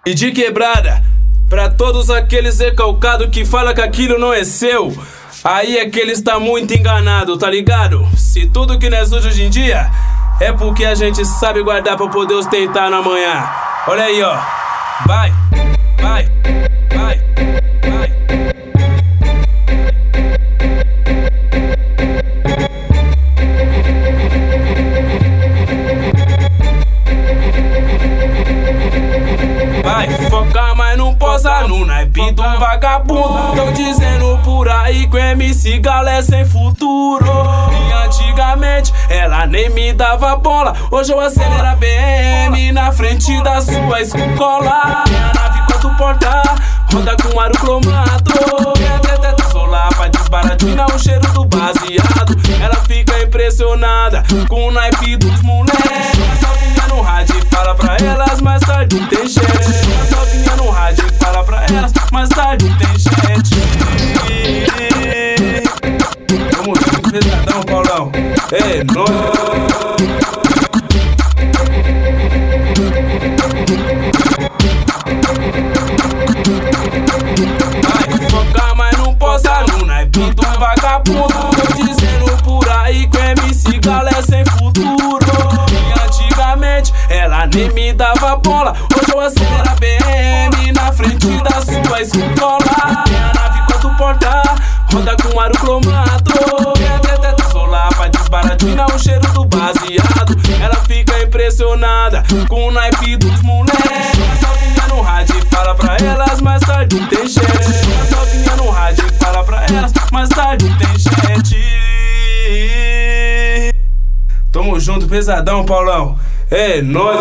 E de quebrada, pra todos aqueles recalcados que falam que aquilo não é seu, aí é que eles tá muito enganado, tá ligado? Se tudo que nós usa hoje em dia é porque a gente sabe guardar pra poder ostentar no amanhã. Olha aí, ó. Vai, vai, vai, vai. Vai focar, mas não posa no naipe do vagabundo. Tão dizendo por aí que o MC Galo é sem futuro. E antigamente ela nem me dava bola. Hoje eu acelero a BM na frente da sua escola. Minha nave 4 portas, roda com aro cromado. Quer teto solar pra desbaratinar o cheiro do baseado. Ela fica impressionada com o naipe dos moleques. No rádio e fala pra elas, mais tarde tem chat. Novinha no rádio e fala pra elas, mais tarde tem chat. Vamos junto, pesadão, Paulão. É nóis. Vai focar, mas não posa no naipe do vagabundo. Tô dizendo por aí que o MC Galo é sem futuro. Ela nem me dava bola. Hoje eu acelero a BM na frente da sua escola. Minha nave 4 portas, roda com aro cromado. Quer teto solar pra desbaratinar o cheiro do baseado. Ela fica impressionada com o naipe dos moleques. Novinha no rádio e fala pra elas, mais tarde tem chat. Novinha no rádio e fala pra elas, mais tarde tem chat. Tamo junto, pesadão, Paulão. É nóis.